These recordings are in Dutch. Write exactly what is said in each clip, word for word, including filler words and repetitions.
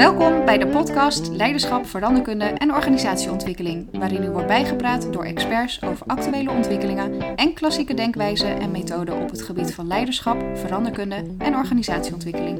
Welkom bij de podcast Leiderschap, Veranderkunde en Organisatieontwikkeling, waarin u wordt bijgepraat door experts over actuele ontwikkelingen en klassieke denkwijzen en methoden op het gebied van leiderschap, veranderkunde en organisatieontwikkeling.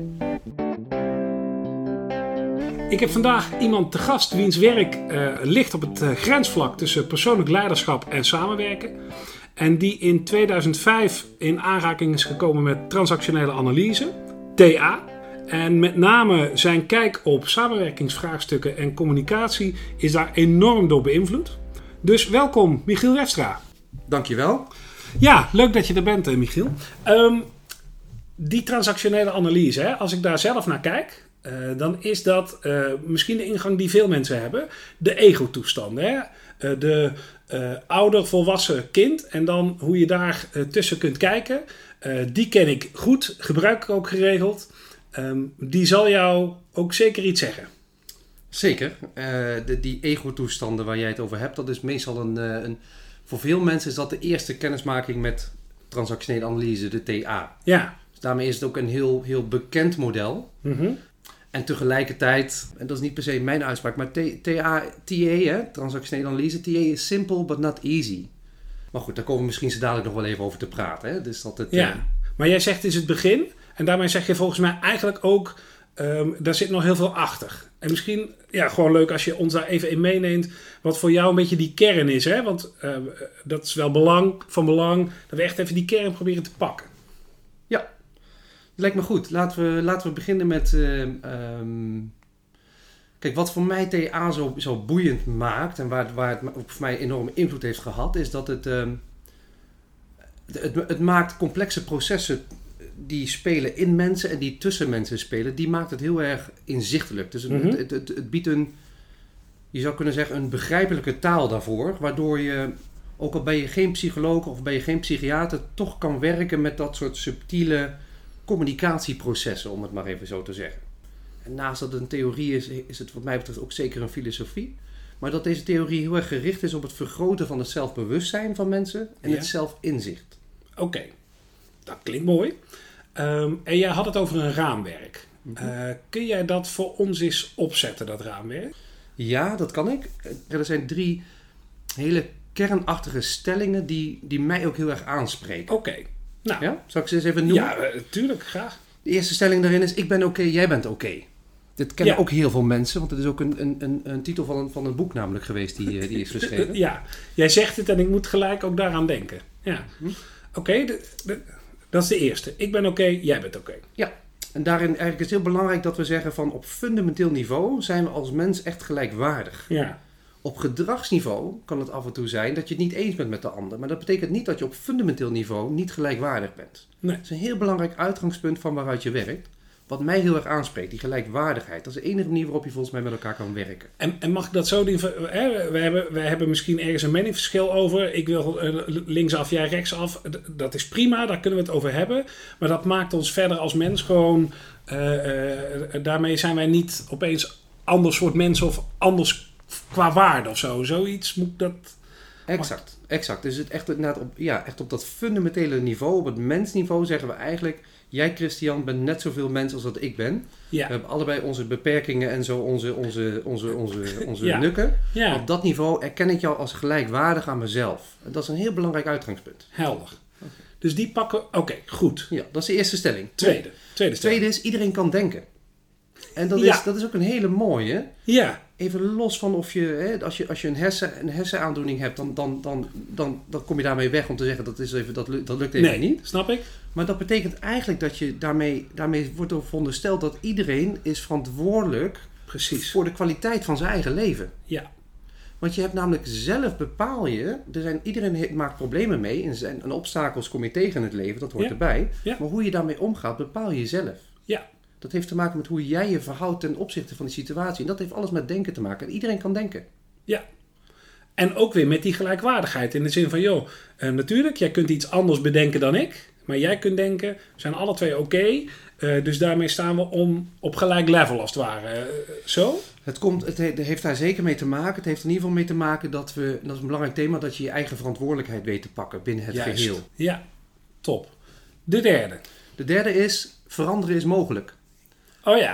Ik heb vandaag iemand te gast wiens werk uh, ligt op het uh, grensvlak tussen persoonlijk leiderschap en samenwerken. En die in tweeduizend vijf in aanraking is gekomen met transactionele analyse, T A. En met name zijn kijk op samenwerkingsvraagstukken en communicatie is daar enorm door beïnvloed. Dus welkom, Michiel Refstra. Dankjewel. Ja, leuk dat je er bent, Michiel. Um, die transactionele analyse, hè, als ik daar zelf naar kijk, uh, dan is dat uh, misschien de ingang die veel mensen hebben. De ego-toestanden. Hè? Uh, de uh, ouder, volwassen kind en dan hoe je daar uh, tussen kunt kijken. Uh, die ken ik goed, gebruik ik ook geregeld. Um, die zal jou ook zeker iets zeggen. Zeker. Uh, de, die ego-toestanden waar jij het over hebt, dat is meestal een, uh, een... Voor veel mensen is dat de eerste kennismaking met transactionele analyse, de T A. Ja. Dus daarmee is het ook een heel, heel bekend model. Mm-hmm. En tegelijkertijd, en dat is niet per se mijn uitspraak, maar T A, T A hè, transactionele analyse, T A is simple but not easy. Maar goed, daar komen we misschien zo dadelijk nog wel even over te praten. Hè? Dus dat het, ja, uh, maar jij zegt het is het begin. En daarmee zeg je volgens mij eigenlijk ook, um, daar zit nog heel veel achter. En misschien, ja, gewoon leuk als je ons daar even in meeneemt wat voor jou een beetje die kern is. Hè? Want uh, dat is wel belang, van belang, dat we echt even die kern proberen te pakken. Ja, dat lijkt me goed. Laten we, laten we beginnen met... Uh, um, kijk, wat voor mij T A zo, zo boeiend maakt en waar, waar het ook voor mij enorme invloed heeft gehad, is dat het, um, het, het maakt complexe processen die spelen in mensen en die tussen mensen spelen, die maakt het heel erg inzichtelijk. Dus het, mm-hmm. het, het, het biedt een, je zou kunnen zeggen, een begrijpelijke taal daarvoor, waardoor je, ook al ben je geen psycholoog of ben je geen psychiater, toch kan werken met dat soort subtiele communicatieprocessen, om het maar even zo te zeggen. En naast dat het een theorie is, is het wat mij betreft ook zeker een filosofie. Maar dat deze theorie heel erg gericht is op het vergroten van het zelfbewustzijn van mensen en ja. het zelfinzicht. Oké, okay. Dat klinkt mooi. Um, en jij had het over een raamwerk. Mm-hmm. Uh, kun jij dat voor ons eens opzetten, dat raamwerk? Ja, dat kan ik. Er zijn drie hele kernachtige stellingen die, die mij ook heel erg aanspreken. Oké. Okay. Nou, ja? Zal ik ze eens even noemen? Ja, uh, tuurlijk, graag. De eerste stelling daarin is, ik ben oké, okay, jij bent oké. Okay. Dit kennen ja. ook heel veel mensen, want het is ook een, een, een, een titel van een, van een boek namelijk geweest die, die is geschreven. Ja, jij zegt het en ik moet gelijk ook daaraan denken. Ja. Hm? Oké, okay, dat is de eerste. Ik ben oké, okay, jij bent oké. Okay. Ja, en daarin eigenlijk is het heel belangrijk dat we zeggen van op fundamenteel niveau zijn we als mens echt gelijkwaardig. Ja. Op gedragsniveau kan het af en toe zijn dat je het niet eens bent met de ander. Maar dat betekent niet dat je op fundamenteel niveau niet gelijkwaardig bent. Nee. Dat is een heel belangrijk uitgangspunt van waaruit je werkt. Wat mij heel erg aanspreekt, die gelijkwaardigheid. Dat is de enige manier waarop je volgens mij met elkaar kan werken. En, en mag ik dat zo... Hè, we, hebben, we hebben misschien ergens een meningsverschil over. Ik wil uh, linksaf, jij rechtsaf. Dat is prima, daar kunnen we het over hebben. Maar dat maakt ons verder als mens gewoon... Uh, uh, daarmee zijn wij niet opeens ander soort mensen of anders qua waarde of zo. Zoiets moet dat... Exact, exact. Dus het echt, op, ja, echt op dat fundamentele niveau, op het mensniveau zeggen we eigenlijk... Jij, Christian, bent net zoveel mens als dat ik ben. Ja. We hebben allebei onze beperkingen en zo onze, onze, onze, onze, onze ja. nukken. Ja. Op dat niveau erken ik jou als gelijkwaardig aan mezelf. En dat is een heel belangrijk uitgangspunt. Helder. Okay. Dus die pakken... Oké, okay, goed. Ja, dat is de eerste stelling. Tweede. Tweede, Tweede is, iedereen kan denken. En dat, ja. is, dat is ook een hele mooie. Ja. Even los van of je, hè, als je, als je een, hersen, een hersenaandoening hebt, dan, dan, dan, dan, dan kom je daarmee weg om te zeggen dat, is even, dat, dat lukt even nee, niet. Snap ik. Maar dat betekent eigenlijk dat je daarmee, daarmee wordt er verondersteld dat iedereen is verantwoordelijk Precies. voor de kwaliteit van zijn eigen leven. Ja. Want je hebt namelijk zelf bepaal je, er zijn, iedereen maakt problemen mee en, zijn, en obstakels kom je tegen in het leven, dat hoort ja. erbij. Ja. Maar hoe je daarmee omgaat, bepaal je zelf. Ja. Dat heeft te maken met hoe jij je verhoudt ten opzichte van die situatie. En dat heeft alles met denken te maken. En iedereen kan denken. Ja. En ook weer met die gelijkwaardigheid. In de zin van, joh, uh, natuurlijk, jij kunt iets anders bedenken dan ik. Maar jij kunt denken, we zijn alle twee oké. Okay, uh, dus daarmee staan we om, op gelijk level als het ware. Uh, zo? Het, komt, het heeft daar zeker mee te maken. Het heeft in ieder geval mee te maken dat we, dat is een belangrijk thema, dat je je eigen verantwoordelijkheid weet te pakken binnen het Juist. geheel. Ja, top. De derde. De derde is, veranderen is mogelijk. Oh ja.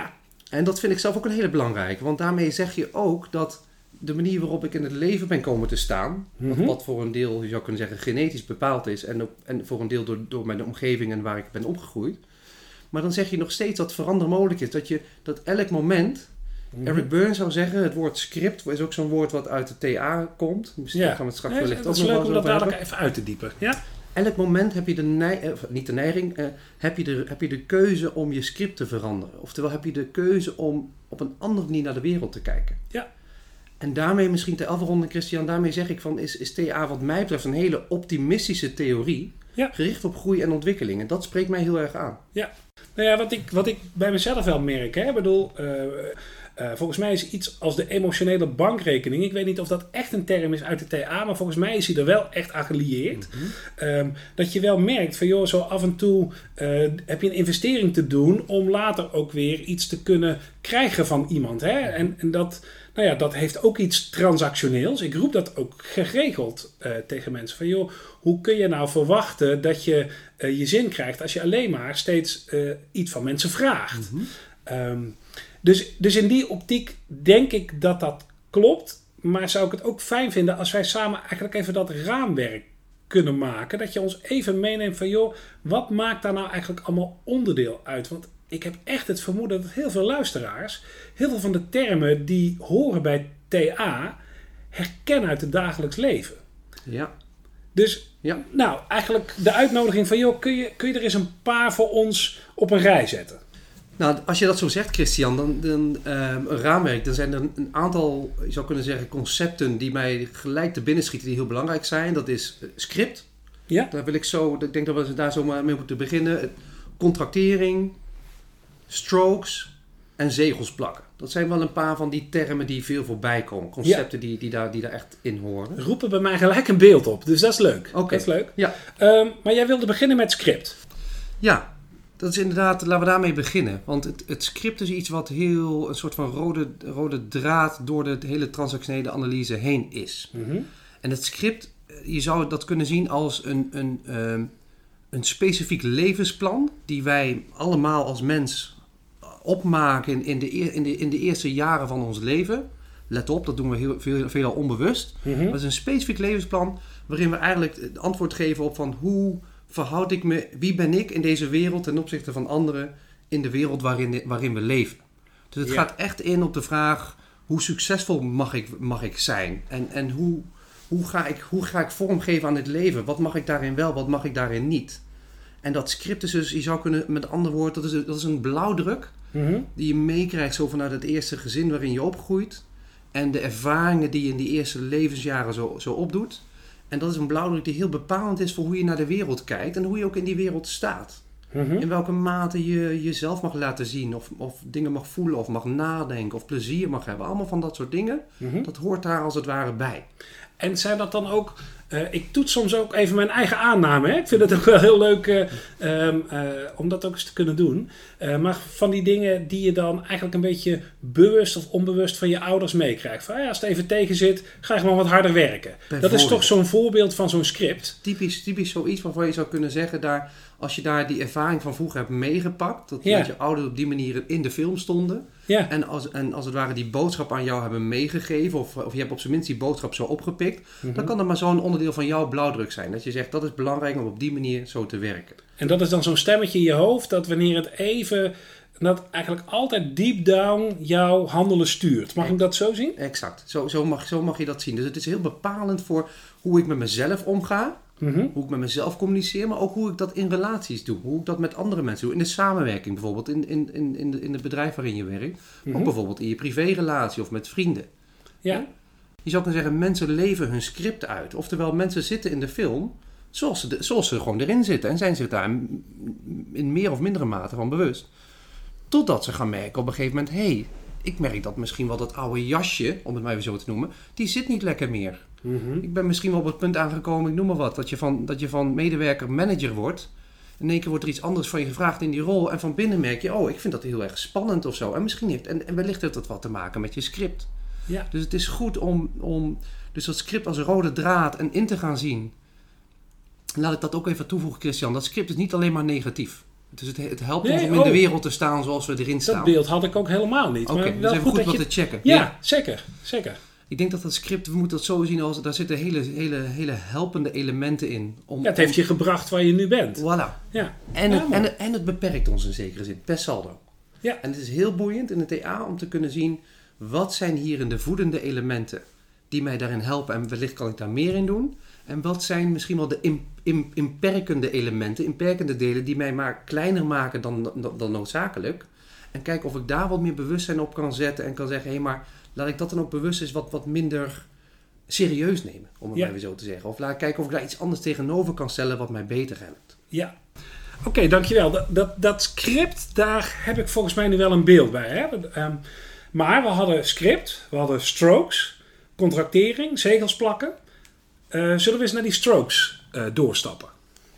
En dat vind ik zelf ook een hele belangrijke. Want daarmee zeg je ook dat de manier waarop ik in het leven ben komen te staan... Mm-hmm. wat, wat voor een deel, je zou kunnen zeggen, genetisch bepaald is... en, ook, en voor een deel door, door mijn omgeving en waar ik ben opgegroeid. Maar dan zeg je nog steeds dat veranderen mogelijk is. Dat, je, dat elk moment... Mm-hmm. Eric Berne zou zeggen, het woord script is ook zo'n woord wat uit de T A komt. Misschien ja. gaan we het straks nee, wellicht ook ook nog nog leuk om dat dadelijk hebben. even uit te diepen. Ja? Elk moment heb je de, neiging, niet de neiging, eh, heb, je de, heb je de keuze om je script te veranderen. Oftewel heb je de keuze om op een andere manier naar de wereld te kijken. Ja. En daarmee misschien ter afronding, Christian, daarmee zeg ik van, is, is T A wat mij betreft een hele optimistische theorie, ja. gericht op groei en ontwikkeling. En dat spreekt mij heel erg aan. Ja, nou ja, wat ik, wat ik bij mezelf wel merk, hè, ik bedoel... Uh, Uh, volgens mij is iets als de emotionele bankrekening. Ik weet niet of dat echt een term is uit de T A, maar volgens mij is hij er wel echt aan gelieerd. Mm-hmm. Um, dat je wel merkt van joh, zo af en toe uh, heb je een investering te doen om later ook weer iets te kunnen krijgen van iemand. Hè? En, en dat, nou ja, dat heeft ook iets transactioneels. Ik roep dat ook geregeld uh, tegen mensen. Van joh, hoe kun je nou verwachten dat je uh, je zin krijgt als je alleen maar steeds uh, iets van mensen vraagt? Mm-hmm. Um, Dus, dus in die optiek denk ik dat dat klopt. Maar zou ik het ook fijn vinden als wij samen eigenlijk even dat raamwerk kunnen maken. Dat je ons even meeneemt van joh, wat maakt daar nou eigenlijk allemaal onderdeel uit? Want ik heb echt het vermoeden dat heel veel luisteraars heel veel van de termen die horen bij T A herkennen uit het dagelijks leven. Ja. Dus ja. nou, eigenlijk de uitnodiging van joh, kun je, kun je er eens een paar voor ons op een rij zetten? Nou, als je dat zo zegt, Christian, dan, dan uh, een raamwerk, dan zijn er een aantal, je zou kunnen zeggen, concepten die mij gelijk te binnen schieten die heel belangrijk zijn. Dat is uh, script. Ja. Daar wil ik zo, ik denk dat we daar zo maar mee moeten beginnen. Contractering, strokes en zegels plakken. Dat zijn wel een paar van die termen die veel voorbij komen. Concepten ja. die, die, daar, die daar echt in horen. Roepen bij mij gelijk een beeld op, dus dat is leuk. Okay. Dat is leuk. Ja. Um, maar jij wilde beginnen met script. Ja. Dat is inderdaad, laten we daarmee beginnen. Want het, het script is iets wat heel een soort van rode, rode draad door de hele transactionele analyse heen is. Mm-hmm. En het script, je zou dat kunnen zien als een, een, um, een specifiek levensplan die wij allemaal als mens opmaken in de, in de, in de eerste jaren van ons leven. Let op, dat doen we heel, veel, veelal onbewust. Mm-hmm. Dat is een specifiek levensplan waarin we eigenlijk het antwoord geven op van hoe verhoud ik me, wie ben ik in deze wereld ten opzichte van anderen in de wereld waarin, waarin we leven. Dus het ja. gaat echt in op de vraag, hoe succesvol mag ik, mag ik zijn? En, en hoe, hoe, ga ik, hoe ga ik vormgeven aan dit leven? Wat mag ik daarin wel, wat mag ik daarin niet? En dat script is dus, je zou kunnen, met andere woorden, dat is, dat is een blauwdruk mm-hmm. die je meekrijgt zo vanuit het eerste gezin waarin je opgroeit. En de ervaringen die je in die eerste levensjaren zo, zo opdoet. En dat is een blauwdruk die heel bepalend is voor hoe je naar de wereld kijkt en hoe je ook in die wereld staat. Mm-hmm. In welke mate je jezelf mag laten zien of, of dingen mag voelen of mag nadenken of plezier mag hebben. Allemaal van dat soort dingen. Mm-hmm. Dat hoort daar als het ware bij. En zijn dat dan ook... Uh, ik toets soms ook even mijn eigen aanname. Hè? Ik vind het ook wel heel leuk uh, um, uh, om dat ook eens te kunnen doen. Uh, maar van die dingen die je dan eigenlijk een beetje bewust of onbewust van je ouders meekrijgt. Van, ja, als het even tegen zit, ga je gewoon wat harder werken. Dat is toch zo'n voorbeeld van zo'n script. Typisch, typisch zoiets waarvan je zou kunnen zeggen, daar, als je daar die ervaring van vroeger hebt meegepakt. Dat, ja. dat je ouders op die manier in de film stonden. Ja. En, als, en als het ware die boodschap aan jou hebben meegegeven. Of, of je hebt op zijn minst die boodschap zo opgepikt. Mm-hmm. Dan kan dat maar zo'n onderdeel van jouw blauwdruk zijn. Dat je zegt, dat is belangrijk om op die manier zo te werken. En dat is dan zo'n stemmetje in je hoofd. Dat wanneer het even... Dat eigenlijk altijd deep down jouw handelen stuurt. Mag ik dat zo zien? Exact. Zo, zo, mag, zo mag je dat zien. Dus het is heel bepalend voor hoe ik met mezelf omga. Mm-hmm. Hoe ik met mezelf communiceer. Maar ook hoe ik dat in relaties doe. Hoe ik dat met andere mensen doe. In de samenwerking bijvoorbeeld. In, in, in, in, de, in het bedrijf waarin je werkt. Mm-hmm. Ook bijvoorbeeld in je privérelatie of met vrienden. Ja. Je zou kunnen zeggen, mensen leven hun script uit. Oftewel, mensen zitten in de film zoals ze, de, zoals ze gewoon erin zitten. En zijn zich daar in meer of mindere mate van bewust. Totdat ze gaan merken op een gegeven moment, hé, hey, ik merk dat misschien wel dat oude jasje, om het maar even zo te noemen, die zit niet lekker meer. Mm-hmm. Ik ben misschien wel op het punt aangekomen, ik noem maar wat, dat je van, dat je van medewerker manager wordt. In één keer wordt er iets anders van je gevraagd in die rol. En van binnen merk je, oh, ik vind dat heel erg spannend of zo. En misschien heeft, en, en wellicht heeft dat wat te maken met je script. Ja. Dus het is goed om, om dus dat script als een rode draad en in te gaan zien. Laat ik dat ook even toevoegen, Christian. Dat script is niet alleen maar negatief. Dus het, het helpt Nee, ons om in oh. de wereld te staan zoals we erin staan. Dat beeld had ik ook helemaal niet. Oké, maar dus wel even goed goed dat wat je... te checken. Ja, Ja. zeker. zeker. Ik denk dat dat script, we moeten dat zo zien als, daar zitten hele, hele, hele helpende elementen in. Om, Ja, het heeft je gebracht waar je nu bent. Voilà. Ja. En, Ja, het, man. en, het, en het beperkt ons in zekere zin, per saldo. Ja. En het is heel boeiend in het T A om te kunnen zien, wat zijn hierin de voedende elementen die mij daarin helpen en wellicht kan ik daar meer in doen. En wat zijn misschien wel de im, im, inperkende elementen, inperkende delen die mij maar kleiner maken dan, dan, dan noodzakelijk. En kijken of ik daar wat meer bewustzijn op kan zetten en kan zeggen, hé, hey, maar laat ik dat dan ook bewust eens wat, wat minder serieus nemen, om het Ja. maar weer zo te zeggen. Of laat ik kijken of ik daar iets anders tegenover kan stellen wat mij beter helpt. Ja. Oké, okay, dankjewel. Dat, dat, dat script, daar heb ik volgens mij nu wel een beeld bij. Hè? Um, maar we hadden script, we hadden strokes, contractering, zegels plakken. Uh, zullen we eens naar die strokes uh, doorstappen?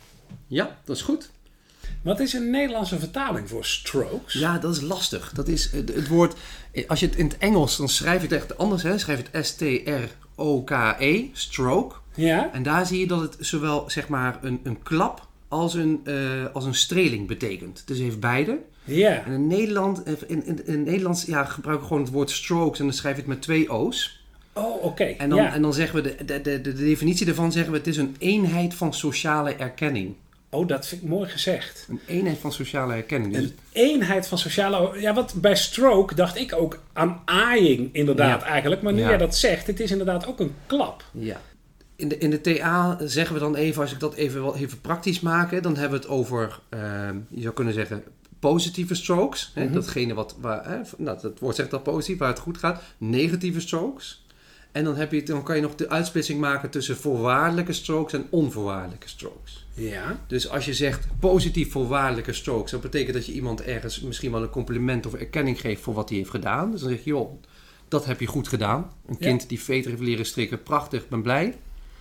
Ja, dat is goed. Wat is een Nederlandse vertaling voor strokes? Ja, dat is lastig. Dat is het, het woord, als je het in het Engels, dan schrijf je het echt anders. Hè? Schrijf je het S T R O K E, stroke. Ja. En daar zie je dat het zowel zeg maar een, een klap als een, uh, als een streling betekent. Dus het heeft beide. Ja. En in Nederland, in, in, in Nederlands ja, gebruiken we gewoon het woord strokes en dan schrijf je het met twee O's. Oh, oké. Okay. En, dan, ja. en dan zeggen we, de, de, de, de definitie daarvan zeggen we, het is een eenheid van sociale erkenning. Oh, dat vind ik mooi gezegd. Een eenheid van sociale erkenning. Dus een eenheid van sociale... Ja, wat bij stroke dacht ik ook aan aaiing inderdaad ja. eigenlijk. Maar nu ja. jij dat zegt, het is inderdaad ook een klap. Ja. In de, in de T A zeggen we dan even, als ik dat even, wel even praktisch maak, dan hebben we het over, uh, je zou kunnen zeggen, positieve strokes. Hè, mm-hmm. Datgene wat, waar, hè, nou, het woord zegt al positief, waar het goed gaat. Negatieve strokes. En dan, heb je, dan kan je nog de uitsplitsing maken tussen voorwaardelijke strokes en onvoorwaardelijke strokes. Ja. Dus als je zegt positief voorwaardelijke strokes, dat betekent dat je iemand ergens misschien wel een compliment of erkenning geeft voor wat hij heeft gedaan. Dus dan zeg je, joh, dat heb je goed gedaan. Een ja. kind die veter heeft leren strikken, prachtig, ben blij.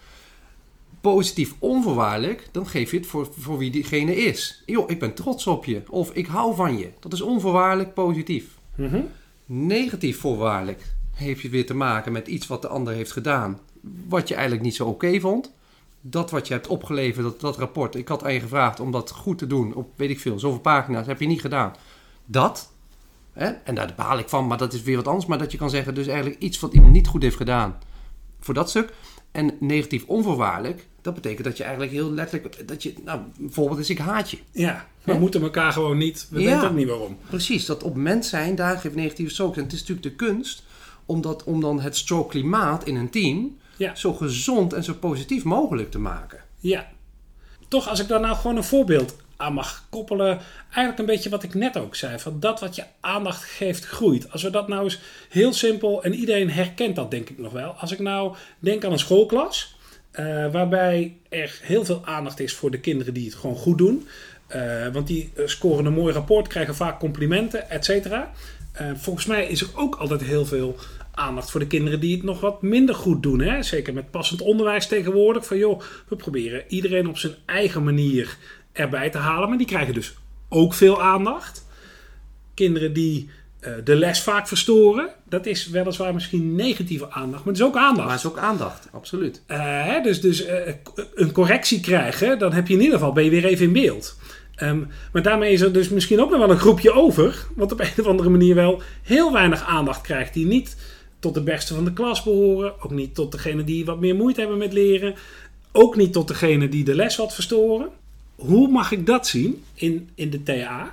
Positief onvoorwaardelijk, dan geef je het voor, voor wie diegene is. Joh, ik ben trots op je. Of ik hou van je. Dat is onvoorwaardelijk positief. Mm-hmm. Negatief voorwaardelijk heeft je weer te maken met iets wat de ander heeft gedaan. Wat je eigenlijk niet zo oké okay vond. Dat wat je hebt opgeleverd, dat, dat rapport. Ik had aan je gevraagd om dat goed te doen. Op weet ik veel, zoveel pagina's. Heb je niet gedaan. Dat. Hè? En daar baal ik van, maar dat is weer wat anders. Maar dat je kan zeggen, dus eigenlijk iets wat iemand niet goed heeft gedaan. Voor dat stuk. En negatief onvoorwaardelijk, dat betekent dat je eigenlijk heel letterlijk, dat je, nou, bijvoorbeeld is ik haat je. Ja, we He? moeten elkaar gewoon niet, we ja, weten ook niet waarom. Precies, dat op mens zijn, daar geeft negatieve strokes. En het is natuurlijk de kunst om, dat, om dan het stroke klimaat in een team ja. zo gezond en zo positief mogelijk te maken. Ja, toch als ik daar nou gewoon een voorbeeld aan mag koppelen, eigenlijk een beetje wat ik net ook zei, van dat wat je aandacht geeft groeit. Als we dat nou eens heel simpel, en iedereen herkent dat denk ik nog wel. Als ik nou denk aan een schoolklas, uh, waarbij er heel veel aandacht is voor de kinderen die het gewoon goed doen. Uh, want die scoren een mooi rapport, krijgen vaak complimenten, et cetera. Uh, volgens mij is er ook altijd heel veel aandacht voor de kinderen die het nog wat minder goed doen. Hè? Zeker met passend onderwijs tegenwoordig. Van joh, we proberen iedereen op zijn eigen manier erbij te halen. Maar die krijgen dus ook veel aandacht. Kinderen die uh, de les vaak verstoren. Dat is weliswaar misschien negatieve aandacht. Maar het is ook aandacht. Maar het is ook aandacht, absoluut. Uh, hè, dus dus uh, een correctie krijgen. Dan heb je in ieder geval, ben je weer even in beeld. Um, maar daarmee is er dus misschien ook nog wel een groepje over. Wat op een of andere manier wel heel weinig aandacht krijgt. Die niet tot de beste van de klas behoren. Ook niet tot degene die wat meer moeite hebben met leren. Ook niet tot degene die de les wat verstoren. Hoe mag ik dat zien in, in de T A?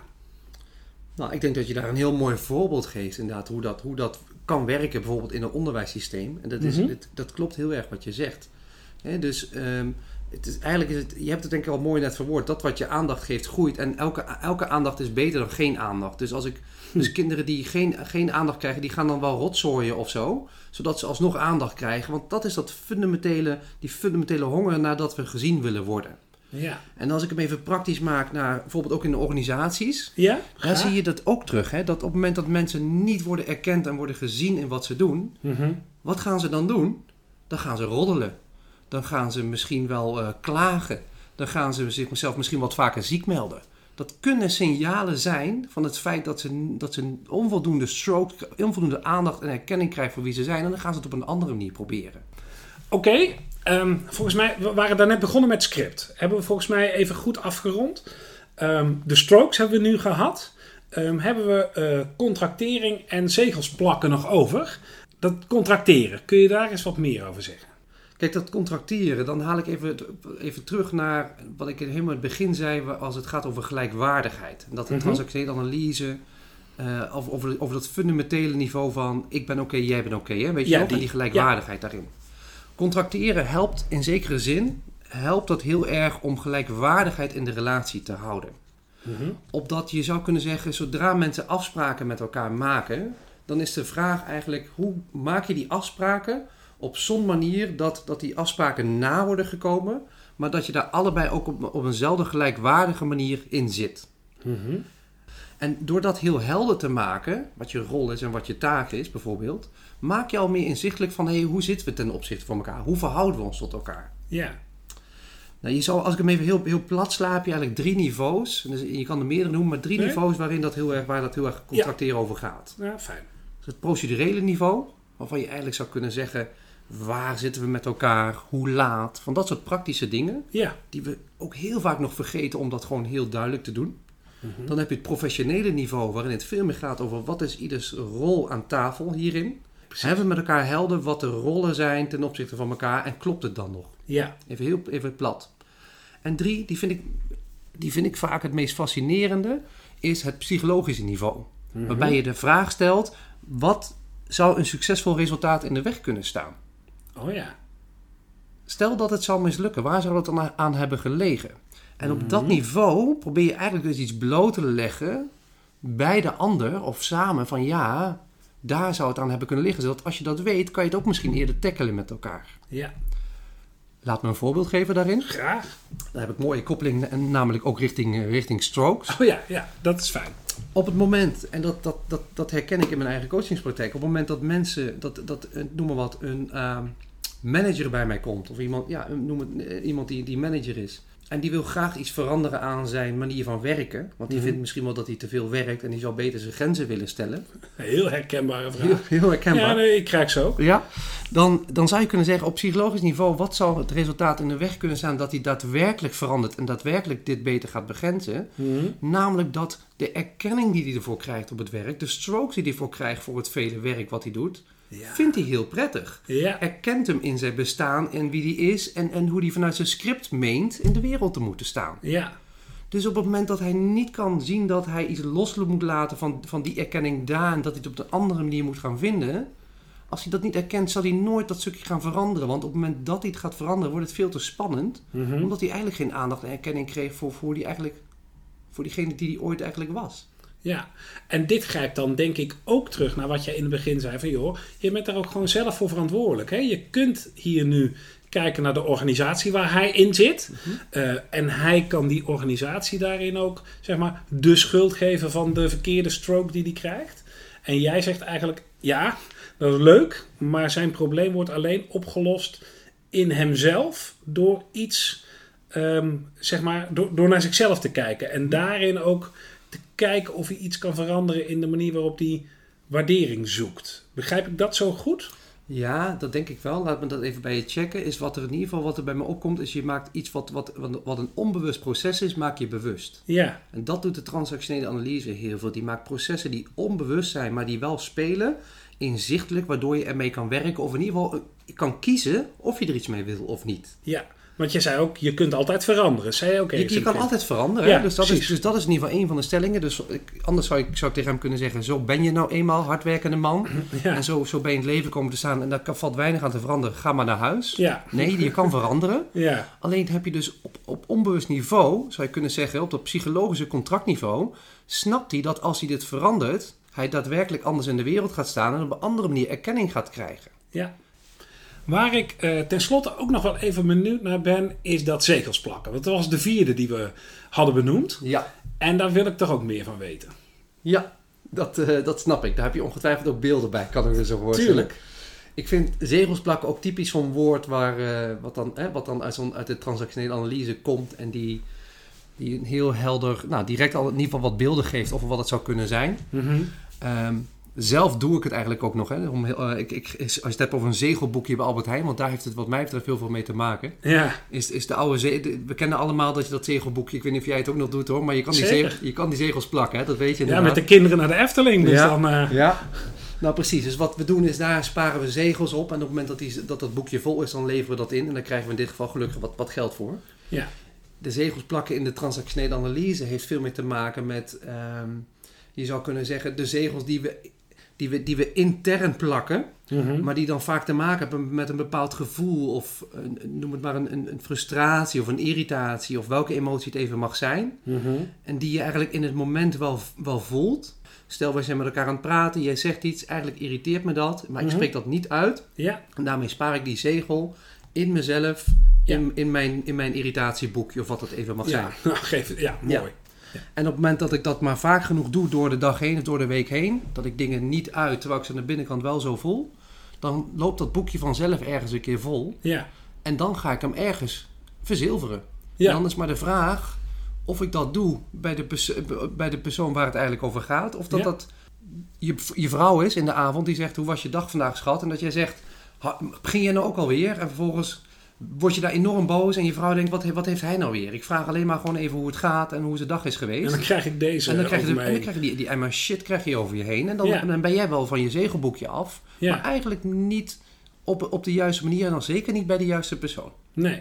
Nou, ik denk dat je daar een heel mooi voorbeeld geeft. Inderdaad, hoe dat, hoe dat kan werken bijvoorbeeld in een onderwijssysteem. En dat, is, mm-hmm. het, dat klopt heel erg wat je zegt. He, dus um, het is, eigenlijk is het, je hebt het denk ik al mooi net verwoord. Dat wat je aandacht geeft groeit. En elke, elke aandacht is beter dan geen aandacht. Dus als ik hm. dus kinderen die geen, geen aandacht krijgen, die gaan dan wel rotzooien of zo. Zodat ze alsnog aandacht krijgen. Want dat is dat fundamentele, die fundamentele honger naar dat we gezien willen worden. Ja. En als ik hem even praktisch maak naar bijvoorbeeld ook in de organisaties. Ja, dan zie je dat ook terug. Hè? Dat op het moment dat mensen niet worden erkend en worden gezien in wat ze doen. Mm-hmm. Wat gaan ze dan doen? Dan gaan ze roddelen. Dan gaan ze misschien wel uh, klagen. Dan gaan ze zichzelf misschien wat vaker ziek melden. Dat kunnen signalen zijn van het feit dat ze, dat ze onvoldoende stroke, onvoldoende aandacht en erkenning krijgen voor wie ze zijn. En dan gaan ze het op een andere manier proberen. Oké, okay, um, volgens mij, we waren daarnet begonnen met script. Hebben we volgens mij even goed afgerond. Um, de strokes hebben we nu gehad. Um, hebben we uh, contractering en zegels plakken nog over. Dat contracteren, kun je daar eens wat meer over zeggen? Kijk, dat contracteren, dan haal ik even, even terug naar wat ik helemaal in het begin zei als het gaat over gelijkwaardigheid. En dat de Mm-hmm. transactionele analyse, uh, over, over, over dat fundamentele niveau van ik ben oké, okay, jij bent oké, okay, weet je ja, wel? Die, en die gelijkwaardigheid ja. daarin. Contracteren helpt in zekere zin, helpt dat heel erg om gelijkwaardigheid in de relatie te houden. Mm-hmm. Opdat je zou kunnen zeggen, zodra mensen afspraken met elkaar maken, dan is de vraag eigenlijk, hoe maak je die afspraken op zo'n manier dat, dat die afspraken na worden gekomen, maar dat je daar allebei ook op, op eenzelfde gelijkwaardige manier in zit. Mm-hmm. En door dat heel helder te maken, wat je rol is en wat je taak is bijvoorbeeld, maak je al meer inzichtelijk van, hey, hoe zitten we ten opzichte van elkaar? Hoe verhouden we ons tot elkaar? Ja. Nou, je zou, als ik hem even heel, heel plat sla, heb je eigenlijk drie niveaus. Dus je kan er meerdere noemen, maar drie nee? niveaus waarin dat heel erg, waar dat heel erg contracteren ja. over gaat. Ja, fijn. Dus het procedurele niveau, waarvan je eigenlijk zou kunnen zeggen, waar zitten we met elkaar, hoe laat, van dat soort praktische dingen. Ja. Die we ook heel vaak nog vergeten om dat gewoon heel duidelijk te doen. Mm-hmm. Dan heb je het professionele niveau, waarin het veel meer gaat over wat is ieders rol aan tafel hierin. Precies. Hebben we met elkaar helder wat de rollen zijn ten opzichte van elkaar en klopt het dan nog? Ja. Even heel even plat. En drie, die vind ik, die vind ik vaak het meest fascinerende, is het psychologische niveau. Mm-hmm. Waarbij je de vraag stelt, wat zou een succesvol resultaat in de weg kunnen staan? Oh ja. Stel dat het zou mislukken, waar zou het dan aan hebben gelegen? En op dat niveau probeer je eigenlijk dus iets bloot te leggen bij de ander of samen van ja, daar zou het aan hebben kunnen liggen. Zodat als je dat weet, kan je het ook misschien eerder tackelen met elkaar. Ja. Laat me een voorbeeld geven daarin. Graag. Daar heb ik een mooie koppeling, namelijk ook richting, richting strokes. Oh ja, ja, dat is fijn. Op het moment, en dat, dat, dat, dat herken ik in mijn eigen coachingspraktijk, op het moment dat mensen, dat, dat, noem maar wat, een uh, manager bij mij komt, of iemand, ja, noem het, iemand die, die manager is, en die wil graag iets veranderen aan zijn manier van werken, want die mm-hmm. vindt misschien wel dat hij te veel werkt en die zou beter zijn grenzen willen stellen. Heel herkenbare vraag. Heel, heel herkenbaar. Ja, nee, ik krijg zo. Ja, dan, dan zou je kunnen zeggen op psychologisch niveau, wat zou het resultaat in de weg kunnen staan dat hij daadwerkelijk verandert en daadwerkelijk dit beter gaat begrenzen? Mm-hmm. Namelijk dat de erkenning die hij ervoor krijgt op het werk, de strokes die hij ervoor krijgt voor het vele werk wat hij doet, ja. vindt hij heel prettig. Ja. Erkent hem in zijn bestaan en wie hij is en, en hoe hij vanuit zijn script meent in de wereld te moeten staan. Ja. Dus op het moment dat hij niet kan zien dat hij iets los moet laten van, van die erkenning daar en dat hij het op een andere manier moet gaan vinden, als hij dat niet erkent, zal hij nooit dat stukje gaan veranderen. Want op het moment dat hij het gaat veranderen, wordt het veel te spannend. Mm-hmm. Omdat hij eigenlijk geen aandacht en erkenning kreeg voor, voor, die eigenlijk, voor diegene die hij ooit eigenlijk was. Ja, en dit grijpt dan denk ik ook terug naar wat jij in het begin zei van joh, je bent daar ook gewoon zelf voor verantwoordelijk. Hè? Je kunt hier nu kijken naar de organisatie waar hij in zit. Mm-hmm. Uh, en hij kan die organisatie daarin ook zeg maar de schuld geven van de verkeerde stroke die hij krijgt. En jij zegt eigenlijk ja, dat is leuk, maar zijn probleem wordt alleen opgelost in hemzelf door iets, um, zeg maar, door, door naar zichzelf te kijken. En daarin ook te kijken of hij iets kan veranderen in de manier waarop hij waardering zoekt. Begrijp ik dat zo goed? Ja, dat denk ik wel. Laat me dat even bij je checken. Is wat er in ieder geval wat er bij me opkomt, is je maakt iets wat, wat, wat een onbewust proces is, maak je bewust. Ja. En dat doet de transactionele analyse heel veel. Die maakt processen die onbewust zijn, maar die wel spelen, inzichtelijk, waardoor je ermee kan werken. Of in ieder geval kan kiezen of je er iets mee wil of niet. Ja. Want je zei ook, je kunt altijd veranderen. Zei je ook je, je kan altijd veranderen. Ja, dus, dat is, dus dat is in ieder geval een van de stellingen. Dus ik, anders zou ik, zou ik tegen hem kunnen zeggen, zo ben je nou eenmaal hardwerkende man. Ja. En zo, zo ben je in het leven komen te staan. En daar valt weinig aan te veranderen. Ga maar naar huis. Ja. Nee, je kan veranderen. Ja. Alleen heb je dus op, op onbewust niveau, zou je kunnen zeggen, op dat psychologische contractniveau, snapt hij dat als hij dit verandert, hij daadwerkelijk anders in de wereld gaat staan en op een andere manier erkenning gaat krijgen. Ja. Waar ik uh, tenslotte ook nog wel even benieuwd naar ben, is dat zegels plakken. Want dat was de vierde die we hadden benoemd. Ja. En daar wil ik toch ook meer van weten. Ja, dat, uh, dat snap ik. Daar heb je ongetwijfeld ook beelden bij, kan ik me zo voorstellen. Tuurlijk. Ik vind zegels plakken ook typisch zo'n woord waar, uh, wat dan, hè, wat dan uit, zo'n, uit de transactionele analyse komt en die, die een heel helder, nou direct al in ieder geval wat beelden geeft over wat het zou kunnen zijn. Mm-hmm. Um, Zelf doe ik het eigenlijk ook nog. Hè. Om, uh, ik, ik, als je het hebt over een zegelboekje bij Albert Heijn, want daar heeft het wat mij betreft heel veel mee te maken. Ja. Is, is de oude ze- de, we kennen allemaal dat je dat zegelboekje, ik weet niet of jij het ook nog doet hoor, maar je kan die, Zeker. zegels, je kan die zegels plakken, hè, dat weet je Ja, inderdaad. met de kinderen naar de Efteling. Dus Ja. dan, uh... Ja. Nou precies, dus wat we doen is daar sparen we zegels op en op het moment dat, die, dat dat boekje vol is, dan leveren we dat in en dan krijgen we in dit geval gelukkig wat, wat geld voor. Ja. De zegels plakken in de transactionele analyse heeft veel meer te maken met, um, je zou kunnen zeggen, de zegels die we, die we, die we intern plakken, Mm-hmm. maar die dan vaak te maken hebben met een bepaald gevoel of een, noem het maar een, een, een frustratie of een irritatie of welke emotie het even mag zijn. Mm-hmm. En die je eigenlijk in het moment wel, wel voelt. Stel, wij zijn met elkaar aan het praten, jij zegt iets, eigenlijk irriteert me dat, maar ik Mhm. spreek dat niet uit. Ja. En daarmee spaar ik die zegel in mezelf, Ja. in, in, mijn, in mijn irritatieboekje of wat het even mag zijn. Ja. Nou, geef het. Ja, mooi. Ja. En op het moment dat ik dat maar vaak genoeg doe door de dag heen of door de week heen, dat ik dingen niet uit, terwijl ik ze aan de binnenkant wel zo voel, dan loopt dat boekje vanzelf ergens een keer vol. Ja. En dan ga ik hem ergens verzilveren. Ja. En dan is maar de vraag of ik dat doe bij de, perso- bij de persoon waar het eigenlijk over gaat. Of dat Ja. dat je, je vrouw is in de avond die zegt, hoe was je dag vandaag, schat? En dat jij zegt, ha, begin jij nou ook alweer? En vervolgens word je daar enorm boos en je vrouw denkt, wat, he- wat heeft hij nou weer? Ik vraag alleen maar gewoon even hoe het gaat en hoe zijn dag is geweest. En dan krijg ik deze En dan krijg je, over de, en dan mij. krijg je die, die emmer shit krijg je over je heen. En dan, Ja. en dan ben jij wel van je zegelboekje af. Ja. Maar eigenlijk niet op, op de juiste manier en dan zeker niet bij de juiste persoon. Nee.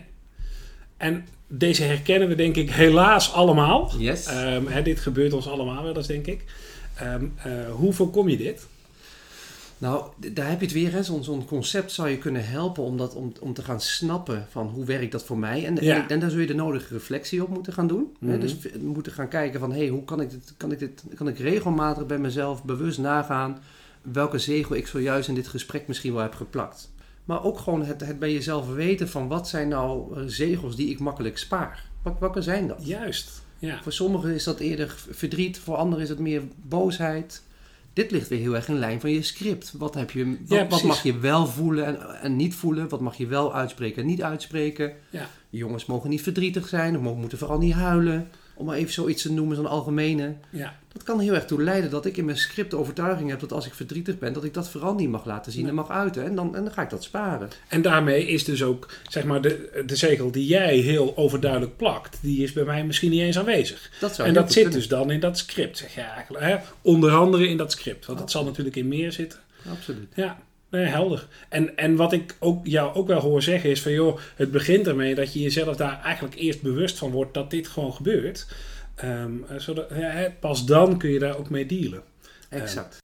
En deze herkennen we denk ik helaas allemaal. Yes. Um, hè, dit gebeurt ons allemaal wel eens, denk ik. Um, uh, hoe voorkom je dit? Nou, d- daar heb je het weer. Hè. Zo'n, zo'n concept zou je kunnen helpen om, dat, om, om te gaan snappen van hoe werkt dat voor mij. En, Ja. en, en daar zul je de nodige reflectie op moeten gaan doen. Mhm. Hè. Dus v- moeten gaan kijken van, hé, hey, hoe kan ik dit, kan ik dit, kan ik regelmatig bij mezelf bewust nagaan welke zegel ik zojuist in dit gesprek misschien wel heb geplakt. Maar ook gewoon het, het bij jezelf weten van wat zijn nou uh, zegels die ik makkelijk spaar. Wat, welke zijn dat? Juist. Ja. Voor sommigen is dat eerder verdriet, voor anderen is het meer boosheid. Dit ligt weer heel erg in lijn van je script. Wat, heb je, wat, Ja, wat precies. mag je wel voelen en, en niet voelen? Wat mag je wel uitspreken en niet uitspreken? Ja. Jongens mogen niet verdrietig zijn, of mogen, moeten vooral niet huilen. Om maar even zoiets te noemen, zo'n algemene. Ja. Dat kan heel erg toe leiden dat ik in mijn script de overtuiging heb dat als ik verdrietig ben, dat ik dat vooral niet mag laten zien Nee. en mag uiten. En dan, en dan ga ik dat sparen. En daarmee is dus ook, zeg maar, de, de zegel die jij heel overduidelijk plakt, die is bij mij misschien niet eens aanwezig. Dat zou En heel dat goed zit kunnen. dus dan in dat script, zeg je eigenlijk. Hè? Onder andere in dat script, want het zal natuurlijk in meer zitten. Absoluut. Ja, nee, helder. En, en wat ik ook, jou ook wel hoor zeggen is van, joh, het begint ermee dat je jezelf daar eigenlijk eerst bewust van wordt dat dit gewoon gebeurt. Um, zodat, ja, pas dan kun je daar ook mee dealen. Exact.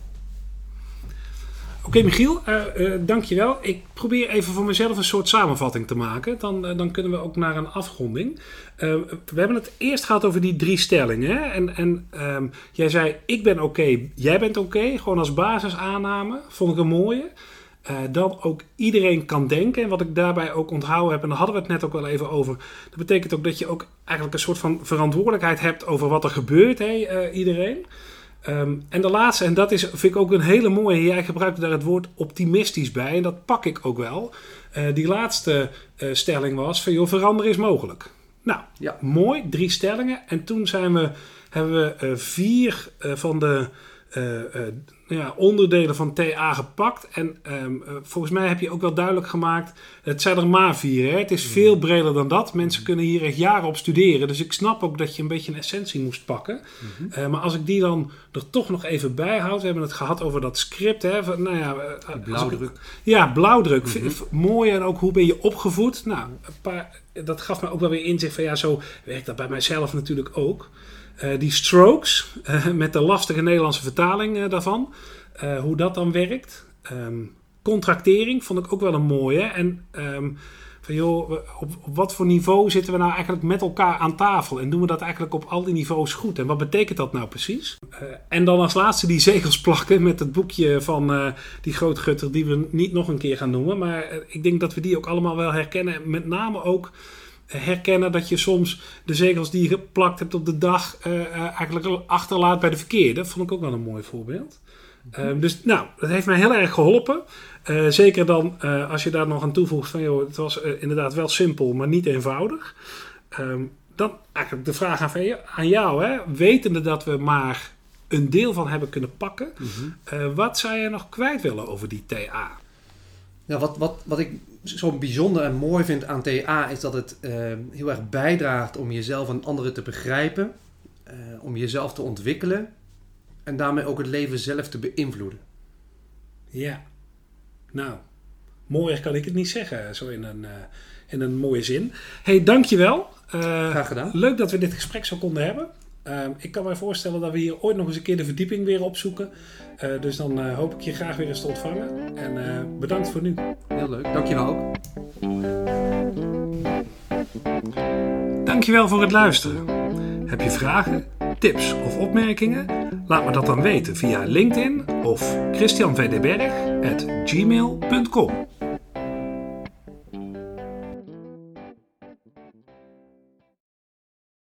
Oké, okay, Michiel, uh, uh, dankjewel. Ik probeer even voor mezelf een soort samenvatting te maken. Dan, uh, dan kunnen we ook naar een afronding. Uh, we hebben het eerst gehad over die drie stellingen. Hè? En, en um, jij zei, ik ben oké, okay, jij bent oké. Okay. Gewoon als basisaanname. Vond ik een mooie. Uh, dan ook iedereen kan denken. En wat ik daarbij ook onthouden heb, en daar hadden we het net ook wel even over. Dat betekent ook dat je ook eigenlijk een soort van verantwoordelijkheid hebt over wat er gebeurt, hè, uh, iedereen. Um, en de laatste, en dat is, vind ik ook een hele mooie, jij gebruikte daar het woord optimistisch bij. En dat pak ik ook wel. Uh, die laatste uh, stelling was van, joh, veranderen is mogelijk. Nou, Ja. mooi, drie stellingen. En toen zijn we, hebben we uh, vier uh, van de uh, uh, ja, onderdelen van T A gepakt. En um, uh, volgens mij heb je ook wel duidelijk gemaakt, het zijn er maar vier. Hè? Het is veel breder dan dat. Mensen kunnen hier echt jaren op studeren. Dus ik snap ook dat je een beetje een essentie moest pakken. Mm-hmm. Uh, maar als ik die dan er toch nog even bij houd. We hebben het gehad over dat script. Hè? Van, nou ja, uh, Blauwdruk. Ik, ja, blauwdruk. Mm-hmm. V- mooi. En ook hoe ben je opgevoed? Nou, een paar, dat gaf me ook wel weer inzicht van, ja, zo werkt dat bij mijzelf natuurlijk ook. Uh, die strokes, uh, met de lastige Nederlandse vertaling uh, daarvan. Uh, hoe dat dan werkt. Um, contractering vond ik ook wel een mooie. En um, van joh, op, op wat voor niveau zitten we nou eigenlijk met elkaar aan tafel? En doen we dat eigenlijk op al die niveaus goed? En wat betekent dat nou precies? Uh, en dan als laatste die zegels plakken met het boekje van uh, die grootgutter die we niet nog een keer gaan noemen. Maar uh, ik denk dat we die ook allemaal wel herkennen. Met name ook herkennen dat je soms de zegels die je geplakt hebt op de dag uh, uh, eigenlijk achterlaat bij de verkeerde. Dat vond ik ook wel een mooi voorbeeld. Uh, dus nou, dat heeft mij heel erg geholpen. Uh, zeker dan uh, als je daar nog aan toevoegt van, joh, het was uh, inderdaad wel simpel, maar niet eenvoudig. Um, dan eigenlijk de vraag aan, aan jou, hè? Wetende dat we maar een deel van hebben kunnen pakken. Mm-hmm. Uh, wat zou je nog kwijt willen over die T A? Ja, wat, wat, wat ik zo bijzonder en mooi vind aan T A is dat het uh, heel erg bijdraagt om jezelf en anderen te begrijpen. Uh, om jezelf te ontwikkelen. En daarmee ook het leven zelf te beïnvloeden. Ja, nou, mooier kan ik het niet zeggen, zo in een, uh, in een mooie zin. Hey, dankjewel. Uh, Graag gedaan. Leuk dat we dit gesprek zo konden hebben. Uh, ik kan me voorstellen dat we hier ooit nog eens een keer de verdieping weer opzoeken. Uh, dus dan uh, hoop ik je graag weer eens te ontvangen. En uh, bedankt voor nu. Heel leuk, dankjewel ook. Dankjewel voor het luisteren. Heb je vragen, tips of opmerkingen? Laat me dat dan weten via LinkedIn of christian v d berg at gmail punt com.